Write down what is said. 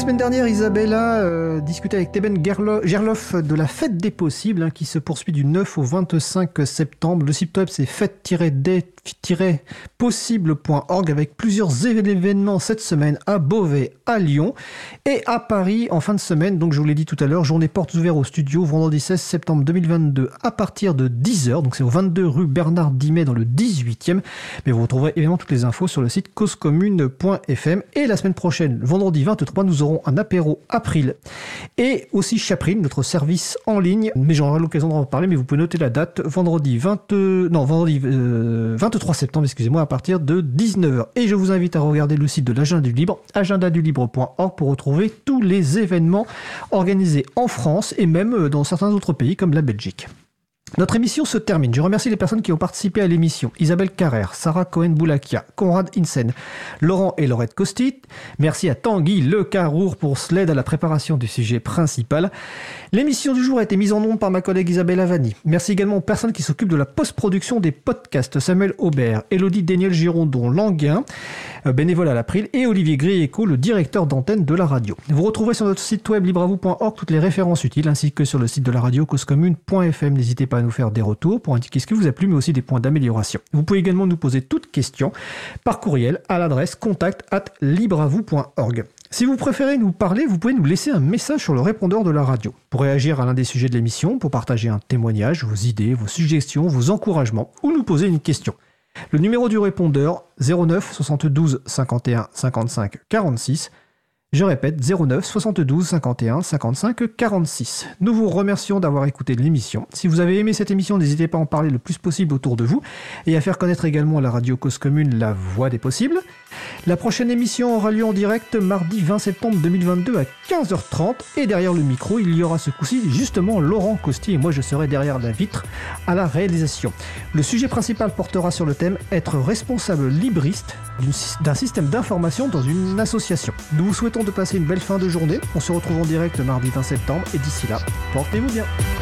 semaine dernière, Isabella discutait avec Teben Gerloff de la Fête des Possibles qui se poursuit du 9 au 25 septembre. Le site web, c'est fête-des-possibles.org avec plusieurs événements cette semaine à Beauvais, à Lyon et à Paris en fin de semaine. Donc, je vous l'ai dit tout à l'heure, journée portes ouvertes au studio, vendredi 16 septembre 2022 à partir de 10h. Donc, c'est au 22 rue Bernard Dimet dans le 18e. Mais vous retrouverez évidemment toutes les infos sur le site causecommune.fm. Et la semaine prochaine, vendredi 23, nous aurons un apéro April et aussi Chaprine, notre service en ligne. Mais j'aurai l'occasion d'en parler, mais vous pouvez noter la date, vendredi 23 septembre, excusez-moi, à partir de 19h. Et je vous invite à regarder le site de l'Agenda du Libre, agendadulibre.org, pour retrouver tous les événements organisés en France et même dans certains autres pays comme la Belgique. Notre émission se termine. Je remercie les personnes qui ont participé à l'émission. Isabelle Carrère, Sarah Cohen-Boulakia, Conrad Insen, Laurent et Laurette Costit. Merci à Tanguy Le Carour pour l'aide à la préparation du sujet principal. L'émission du jour a été mise en onde par ma collègue Isabelle Avani. Merci également aux personnes qui s'occupent de la post-production des podcasts. Samuel Aubert, Élodie Daniel Girondon Languin, bénévole à l'April, et Olivier Grieco, le directeur d'antenne de la radio. Vous retrouverez sur notre site web libravou.org toutes les références utiles, ainsi que sur le site de la radio causecommune.fm. N'hésitez pas à nous faire des retours pour indiquer ce qui vous a plu, mais aussi des points d'amélioration. Vous pouvez également nous poser toutes questions par courriel à l'adresse contact@libravou.org. Si vous préférez nous parler, vous pouvez nous laisser un message sur le répondeur de la radio. Pour réagir à l'un des sujets de l'émission, pour partager un témoignage, vos idées, vos suggestions, vos encouragements, ou nous poser une question. Le numéro du répondeur, 09 72 51 55 46. Je répète, 09 72 51 55 46. Nous vous remercions d'avoir écouté l'émission. Si vous avez aimé cette émission, n'hésitez pas à en parler le plus possible autour de vous et à faire connaître également à la radio Cause Commune la voix des possibles. La prochaine émission aura lieu en direct mardi 20 septembre 2022 à 15h30 et derrière le micro, il y aura ce coup-ci justement Laurent Costier et moi je serai derrière la vitre à la réalisation. Le sujet principal portera sur le thème « Être responsable libriste d'un système d'information dans une association ». Nous vous souhaitons de passer une belle fin de journée. On se retrouve en direct mardi 20 septembre et d'ici là, portez-vous bien.